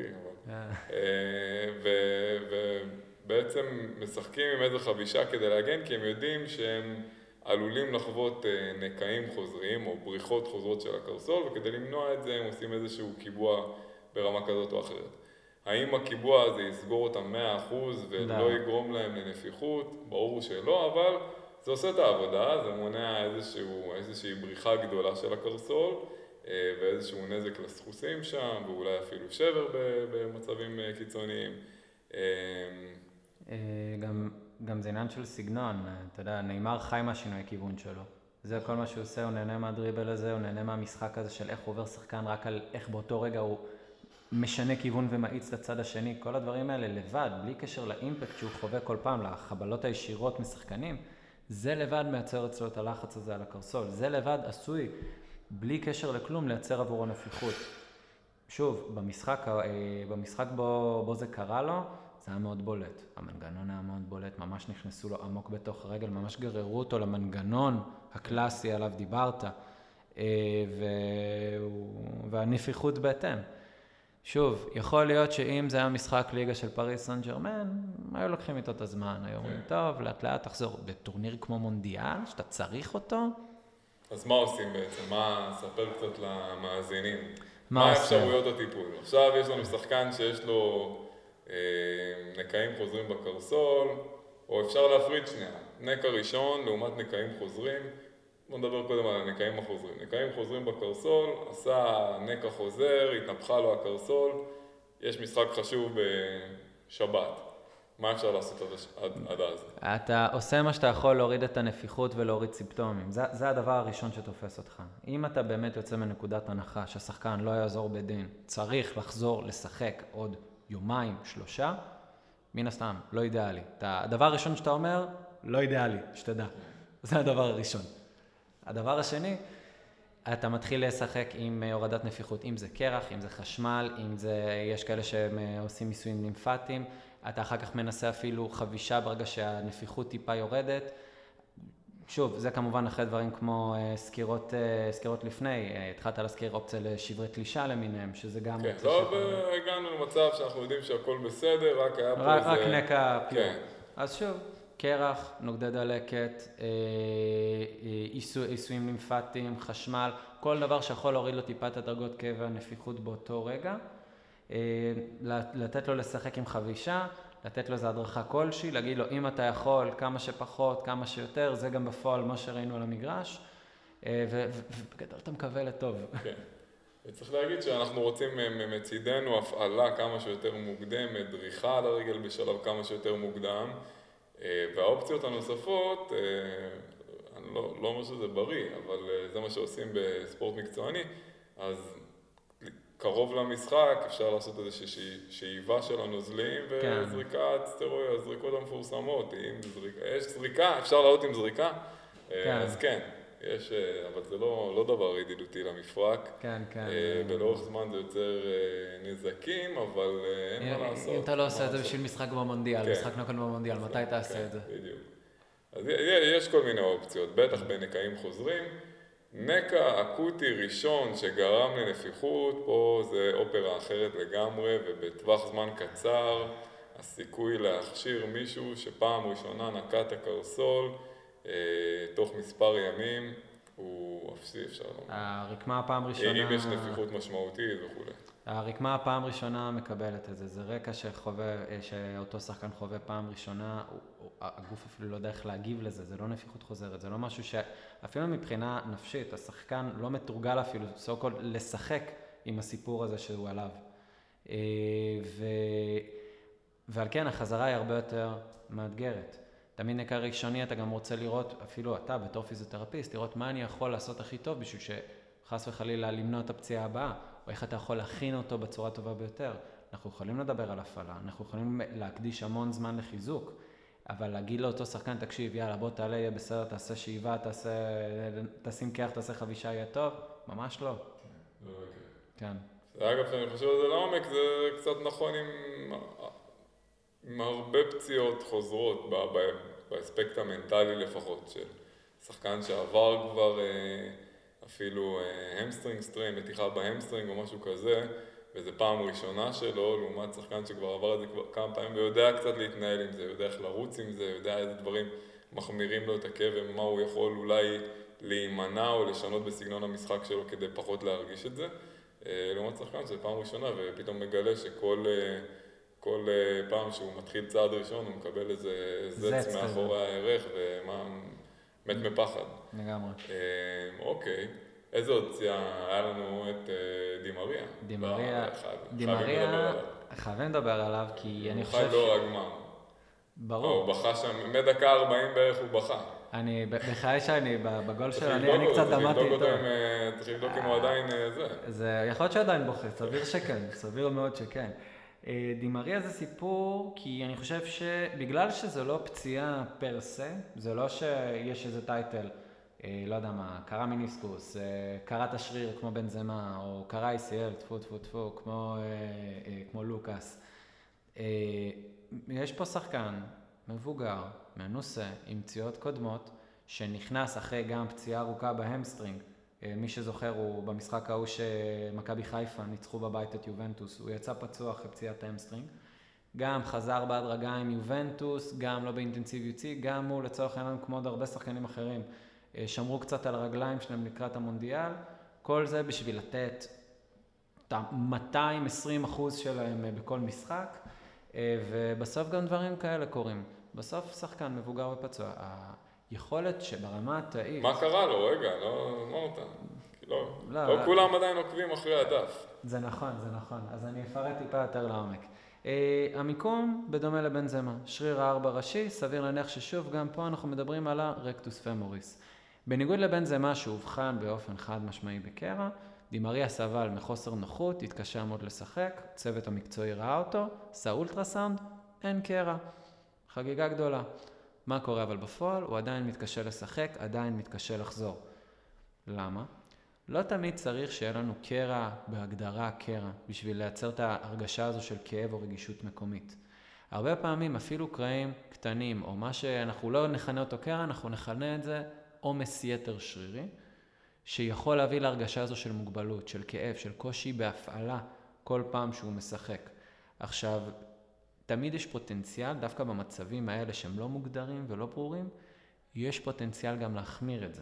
ובעצם משחקים עם איזו חבישה כדי להגן, כי הם יודעים שהם עלולים לחוות נקעים חוזרים או בריחות חוזרות של הקרסול, וכדי למנוע את זה הם עושים איזשהו קיבוע ברמה כזאת או אחרת. האם הקיבוע הזה יסגור אותם 100% ולא יגרום להם לנפיחות? ברור שלא, אבל זה עושה את העבודה, זה מונע איזושהי בריחה גדולה של הקרסול, ואיזשהו נזק לסחוסים שם, ואולי אפילו שבר במצבים קיצוניים. גם זה עניין של סגנון, אתה יודע, נאמר חי מהשינוי כיוון שלו. זה כל מה שהוא עושה, הוא נהנה מהדריבל הזה, הוא נהנה מהמשחק הזה של איך הוא עובר שחקן, רק על איך באותו רגע הוא משנה כיוון ומאיץ לצד השני. כל הדברים האלה לבד, בלי קשר לאימפקט שהוא חווה כל פעם, לחבלות הישירות משחקנים, זה לבד מייצר אצלו את הלחץ הזה על הקרסול. זה לבד עשוי, בלי קשר לכלום, לייצר עבור הנפיחות. שוב, במשחק בו זה קרה לו, זה היה מאוד בולט. המנגנון היה מאוד בולט, ממש נכנסו לו עמוק בתוך הרגל, ממש גררו אותו למנגנון הקלאסי עליו דיברת, והנפיחות בהתאם. שוב, יכול להיות שאם זה היה משחק ליגה של פריס סן ז'רמן, היו לוקחים איתו את הזמן, היו אומרים, טוב, לאט לאט תחזור. בטורניר כמו מונדיאל, שאתה צריך אותו. אז מה עושים בעצם? ספר קצת למאזינים. מה אפשרויות הטיפול? עכשיו יש לנו שחקן שיש לו נקעים חוזרים בקרסול, או אפשר להפריד שנייה. נקע ראשון לעומת נקעים חוזרים. בוא נדבר קודם על הנקעים החוזרים. נקעים חוזרים בקרסול, עשה נקע חוזר, התנפחה לו הקרסול, יש משחק חשוב בשבת. מה אפשר לעשות עד אז? אתה עושה מה שאתה יכול להוריד את הנפיחות ולהוריד סימפטומים. זה הדבר הראשון שתופס אותך. אם אתה באמת יוצא מנקודת הנחה שהשחקן לא יעזור בדין, צריך לחזור לשחק עוד יומיים, 3, מן הסתם, לא אידיאלי. הדבר הראשון שאתה אומר, לא אידיאלי, שתדע. זה הדבר הראשון. הדבר השני, אתה מתחיל לשחק עם הורדת נפיחות, אם זה קרח, אם זה חשמל, אם זה, יש כאלה שעושים ניסויים לימפטיים, אתה אחר כך מנסה אפילו חבישה ברגע שהנפיחות טיפה יורדת. שוב, זה כמובן אחרי דברים כמו סקירות לפני, התחלת להזכיר אופציה לשברי תלישה למיניהם, שזה גם... כן, לא הגענו למצב שאנחנו יודעים שהכל בסדר, רק היה פה איזה... רק נקע פיור. אז שוב, קרח, נוגדי דלקת, עיסויים לימפטיים, חשמל, כל דבר שיכול להוריד לו טיפה את הדרגות כאב והנפיחות באותו רגע, לתת לו לשחק עם חבישה, לתת לו איזו הדרכה כלשהי, להגיד לו אם אתה יכול כמה שפחות, כמה שיותר, זה גם בפועל מה שראינו על המגרש, ובגדול אתה מקווה לטוב. כן, וצריך להגיד שאנחנו רוצים מצידנו הפעלה כמה שיותר מוקדמת, דריכה על הרגל בשלב כמה שיותר מוקדם, והאופציות הנוספות, אני לא אומר שזה בריא, אבל זה מה שעושים בספורט מקצועני, אז קרוב למשחק אפשר לעשות איזושהי שאיבה של הנוזלים וזריקת סטרואיד, הזריקות המפורסמות, יש זריקה, אפשר לעלות עם זריקה, אז כן, יש, אבל זה לא דבר ידידותי למפרק, כן, כן. ולאורך זמן זה יוצר נזקים, אבל אין מה לעשות. אם אתה לא עושה את זה בשביל משחק במונדיאל, משחק נוקן במונדיאל, מתי תעשה את זה? בדיוק. אז יש כל מיני אופציות, בטח בנקעים חוזרים. נקע אקוטי ראשון שגרם לנפיחות, פה זה אופרה אחרת לגמרי, ובטווח זמן קצר הסיכוי להכשיר מישהו שפעם ראשונה נקע את הקרסול תוך מספר ימים הוא אפסי, אפשר לומר. הרקמה הפעם ראשונה... אם יש נפיחות משמעותית וכו'. הרקמה הפעם ראשונה מקבלת את זה. זה רקע שאותו שחקן חווה פעם ראשונה, הגוף אפילו לא יודע איך להגיב לזה, זה לא נפיחות חוזרת, זה לא משהו שאפילו מבחינה נפשית, השחקן לא מתורגל אפילו, סו-קולד, לשחק עם הסיפור הזה שהוא עליו. ועל כן החזרה היא הרבה יותר מאתגרת. תמיד נקע ראשוני אתה גם רוצה לראות, אפילו אתה בתור פיזיותרפיסט, לראות מה אני יכול לעשות הכי טוב בשביל שחס וחלילה למנוע את הפציעה הבאה, או איך אתה יכול להכין אותו בצורה טובה ביותר. אנחנו יכולים לדבר על הפעלה, אנחנו יכולים להקדיש המון זמן לחיזוק, אבל להגיד לאותו שחקן, תקשיב, יאללה, בוא תעלה, יהיה בסדר, תעשה שאיבה, תשים כיח, תעשה חבישה, יהיה טוב, ממש לא. זה לא יקרה. כן. אגב, כשאני חושב על זה לעומק, זה קצת נכון עם הרבה פציעות חוזרות, באספקט המנטלי לפחות, של שחקן שעבר כבר אפילו המסטרינג סטריין, מתיחה בהמסטרינג או משהו כזה, וזו פעם ראשונה שלו, לעומת שחקן שכבר עבר את זה כמה פעמים, ויודע קצת להתנהל עם זה, יודע איך לרוץ עם זה, יודע איזה דברים מחמירים לו את הכאב, ומה הוא יכול אולי להימנע או לשנות בסגנון המשחק שלו כדי פחות להרגיש את זה. לעומת שחקן שזה פעם ראשונה, ופתאום מגלה כל פעם שהוא מתחיל צעד ראשון, הוא מקבל איזה זץ מאחורי הערך, ומה מת מפחד. לגמרי. אוקיי. איזה אופציה היה לנו את דימריה, חייבים לדבר עליו, כי אני חושב... הוא חי לא רגמר. ברור. הוא בכה שם, מדקה 40 בערך הוא בכה. אני, בחיי שאני, בגול שלו, אני קצת דמעתי איתו. צריך לבדוק אם הוא עדיין זה. יכול להיות שעדיין בוכה, סביר שכן, סביר מאוד שכן. דימריה זה סיפור, כי אני חושב שבגלל שזה לא פציעה פר סה, זה לא שיש איזה טייטל, לא יודע מה, קרה מיניסקוס, קרה תשריר כמו בנזמה, או קרה ICL, טפו טפו טפו, כמו לוקאס. יש פה שחקן מבוגר, מנוסה, עם פציעות קודמות, שנכנס אחרי גם פציעה ארוכה בהמסטרינג. מי שזוכר הוא במשחק ההוא שמכבי חיפה ניצחו בבית את יובנטוס, הוא יצא פצוע אחרי פציעת ההמסטרינג. גם חזר בהדרגה עם יובנטוס, גם לא באינטנסיביות C, גם הוא לצורך העניין כמו עוד הרבה שחקנים אחרים. שמרו קצת על הרגליים שלהם לקראת המונדיאל, כל זה בשביל לתת את ה-220% שלהם בכל משחק, ובסוף גם דברים כאלה קורים. בסוף שחקן מבוגר ופצוע, היכולת שברמה התאית... מה קרה לו? רגע, לא אמרת. לא כולם עדיין עוקבים אחרי הדף. זה נכון, אז אני אפרט טיפה יותר לעומק. המיקום בדומה לבנזמה, שריר הארבע ראשי, סביר להניח ששוב גם פה אנחנו מדברים על הרקטוס פמוריס. בניגוד לבנזמה שהובחן באופן חד משמעי בקרע, דימריה סבל מחוסר נוחות, התקשה מאוד לשחק, צוות המקצועי ראה אותו, עשה אולטרסאונד, אין קרע. חגיגה גדולה. מה קורה אבל בפועל? הוא עדיין מתקשה לשחק, עדיין מתקשה לחזור. למה? לא תמיד צריך שיהיה לנו קרע בהגדרה קרע, בשביל לייצר את ההרגשה הזו של כאב או רגישות מקומית. הרבה פעמים אפילו קרעים קטנים, או מה שאנחנו לא נכנה אותו קרע, אנחנו נכנה את זה עומס יתר שרירי, שיכול להביא להרגשה הזו של מוגבלות, של כאב, של קושי בהפעלה כל פעם שהוא משחק. עכשיו, תמיד יש פוטנציאל, דווקא במצבים האלה שהם לא מוגדרים ולא ברורים, יש פוטנציאל גם להחמיר את זה.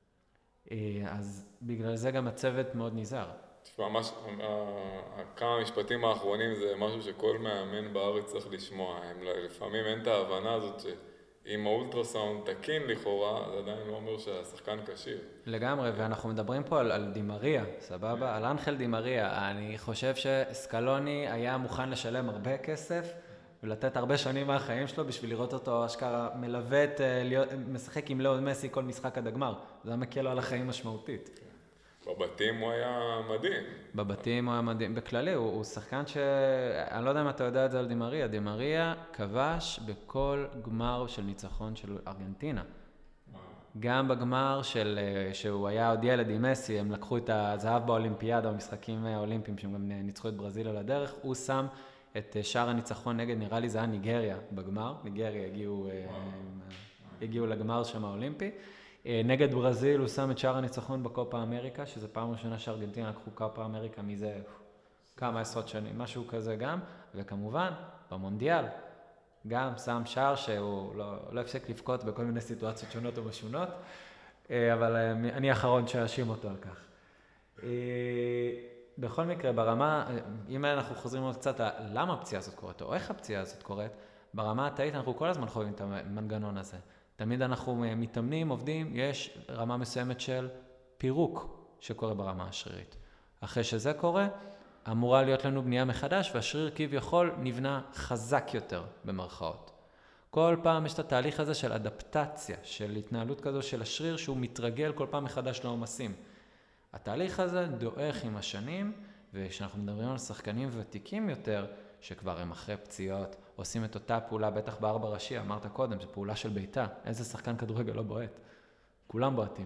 אז בגלל זה גם הצוות מאוד נזהר. תשמע, כמה משפטים האחרונים זה משהו שכל מאמן בארץ צריך לשמוע. לפעמים אין את ההבנה הזאת שאם האולטרסאונד תקין לכאורה, זה עדיין לא אומר שהשחקן קשיר. לגמרי, ואנחנו מדברים פה על דימריה, סבבה? על אנחל דימריה. אני חושב שסקלוני היה מוכן לשלם הרבה כסף, ולתת הרבה שנים מהחיים שלו בשביל לראות אותו אשכרה מלווה משחק עם לאו מסי כל משחק עד הגמר. זה היה מקל לו על החיים משמעותית. בבתים הוא היה מדהים. בבתים הוא היה מדהים. בכללי, הוא שחקן אני לא יודע אם אתה יודע את זה על דימריה. דימריה כבש בכל גמר של ניצחון של ארגנטינה. גם בגמר שהוא היה עוד ילד עם מסי, הם לקחו את הזהב באולימפיאדה, במשחקים האולימפיים, שהם גם ניצחו את ברזיל על הדרך. הוא שם את שער הניצחון נגד, נראה לי זה היה ניגריה בגמר. ניגריה הגיעו לגמר שם האולימפי. נגד ברזיל הוא שם את שער הניצחון בקופה אמריקה, שזה פעם ראשונה שארגנטינה לקחו קופה אמריקה מזה כמה עשרות שנים, משהו כזה גם. וכמובן, במונדיאל, גם שם שער שהוא לא הפסיק לבכות בכל מיני סיטואציות שונות ומשונות, אבל אני האחרון שאשים אותו על כך. בכל מקרה, ברמה, אם אנחנו חוזרים עוד קצת למה הפציעה הזאת קורית, או איך הפציעה הזאת קורית, ברמה התאית אנחנו כל הזמן חווים את המנגנון הזה. תמיד אנחנו מתאמנים, עובדים, יש רמה מסוימת של פירוק שקורה ברמה השרירית. אחרי שזה קורה, אמורה להיות לנו בנייה מחדש, והשריר כביכול נבנה חזק יותר במרכאות. כל פעם יש את התהליך הזה של אדפטציה, של התנהלות כזו של השריר, שהוא מתרגל כל פעם מחדש לעומסים. התהליך הזה דועך עם השנים, וכשאנחנו מדברים על שחקנים ותיקים יותר, שכבר הם אחרי פציעות, עושים את אותה פעולה, בטח בארבע ראשי, אמרת קודם, זו פעולה של ביתה. איזה שחקן כדורגל לא בועט? כולם בועטים.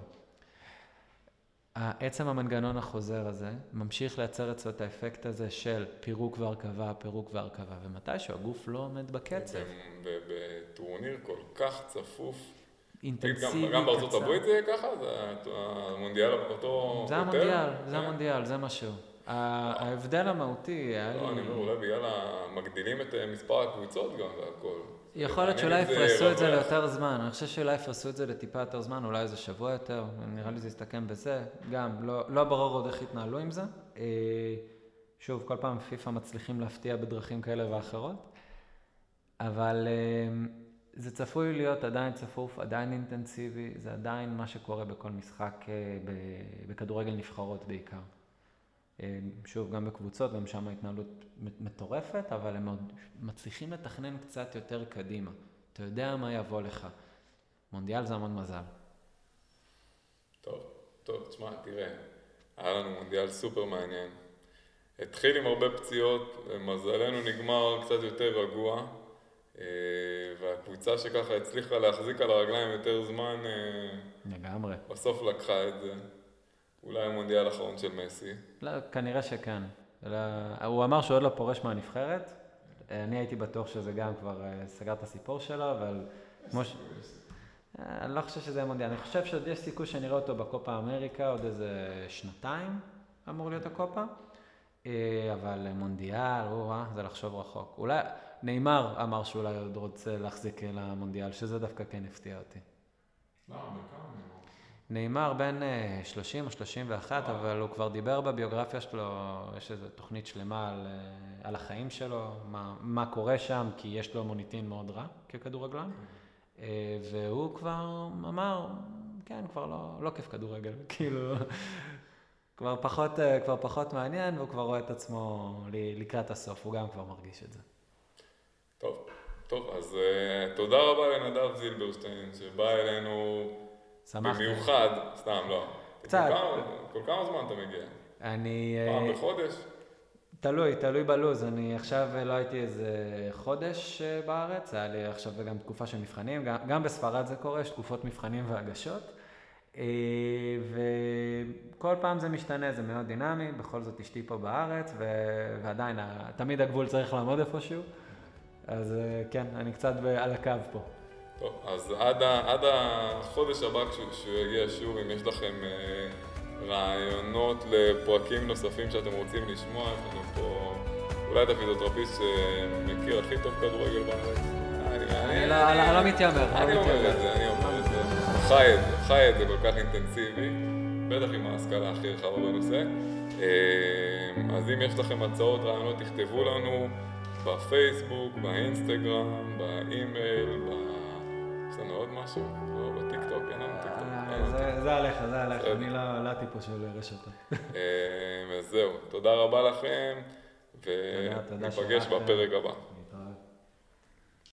עצם המנגנון החוזר הזה ממשיך לייצר אצלו את האפקט הזה של פירוק והרכבה, ומתישהו הגוף לא עומד בקצב. בטורניר כל כך צפוף. אינטנסיבי, גם בארצות הברית זה יהיה ככה? המונדיאל אותו... זה המונדיאל, זה משהו. ההבדל המהותי היה לי... לא, אני אומר, אולי בגלל מגדילים את מספר הקבוצות גם והכל. יכול להיות שאולי יפרסו את זה ליותר זמן, אני חושב שאולי יפרסו את זה לטיפה יותר זמן, אולי איזה שבוע יותר, נראה לי זה יסתכם בזה, גם לא ברור עוד איך יתנהלו עם זה. שוב, כל פעם פיפה מצליחים להפתיע בדרכים כאלה ואחרות, אבל זה צפוי להיות עדיין צפוף, עדיין אינטנסיבי, זה עדיין מה שקורה בכל משחק בכדורגל נבחרות בעיקר. שוב, גם בקבוצות, גם שם ההתנהלות מטורפת, אבל הם עוד מצליחים לתכנן קצת יותר קדימה. אתה יודע מה יבוא לך. מונדיאל זה המון מזל. טוב, תשמע, תראה, היה לנו מונדיאל סופר מעניין. התחיל עם הרבה פציעות, מזלנו נגמר קצת יותר רגוע, והקבוצה שככה הצליחה להחזיק על הרגליים יותר זמן, לגמרי. בסוף לקחה את זה. אולי המונדיאל האחרון של מסי. לא, כנראה שכן. הוא אמר שהוא עוד לא פורש מהנבחרת. אני הייתי בטוח שזה גם כבר סגר את הסיפור שלו, אבל אני לא חושב שזה המונדיאל. אני חושב שעוד יש סיכוי שנראה אותו בקופה אמריקה, עוד איזה 2 אמור להיות הקופה. אבל מונדיאל, זה לחשוב רחוק. אולי ניימר אמר שאולי עוד רוצה להחזיק למונדיאל, שזה דווקא כן הפתיע אותי. לא, בכמה ניימר בין 30 או 31, אבל הוא כבר דיבר בביוגרפיה שלו, יש איזו תוכנית שלמה על החיים שלו, מה קורה שם, כי יש לו מוניטין מאוד רע ככדורגלן, והוא כבר אמר, כן, כבר לא כיף כדורגל, כאילו, כבר פחות מעניין, והוא כבר רואה את עצמו לקראת הסוף, הוא גם כבר מרגיש את זה. טוב, אז תודה רבה לנדב זילברשטיין, שבא אלינו, שמחתי. במיוחד, סתם, לא. קצת. כל כמה זמן אתה מגיע? פעם בחודש? תלוי בלוז. אני עכשיו לא הייתי איזה חודש בארץ, היה לי עכשיו גם תקופה של מבחנים, גם בספרד זה קורה, יש תקופות מבחנים והגשות, וכל פעם זה משתנה, זה מאוד דינמי, בכל זאת אשתי פה בארץ, ועדיין תמיד הגבול צריך לעמוד איפשהו, אז כן, אני קצת על הקו פה. טוב, אז עד החודש הבא כשהוא יגיע שוב, אם יש לכם רעיונות לפרקים נוספים שאתם רוצים לשמוע, יש לנו פה אולי את הפיזיותרפיסט שמכיר הכי טוב כדורגל בארץ. אני לא מתיימר. אני אומר את זה. חי את זה כל כך אינטנסיבי, בטח עם ההשכלה הכי רחבה בנושא. אז אם יש לכם הצעות, רעיונות, תכתבו לנו בפייסבוק, באינסטגרם, באימייל, יש לנו עוד משהו? או בטיקטוק, אין לנו טיקטוק. זה עליך, אני לא הטיפוס של רשתות. אז זהו, תודה רבה לכם, וניפגש בפרק הבא.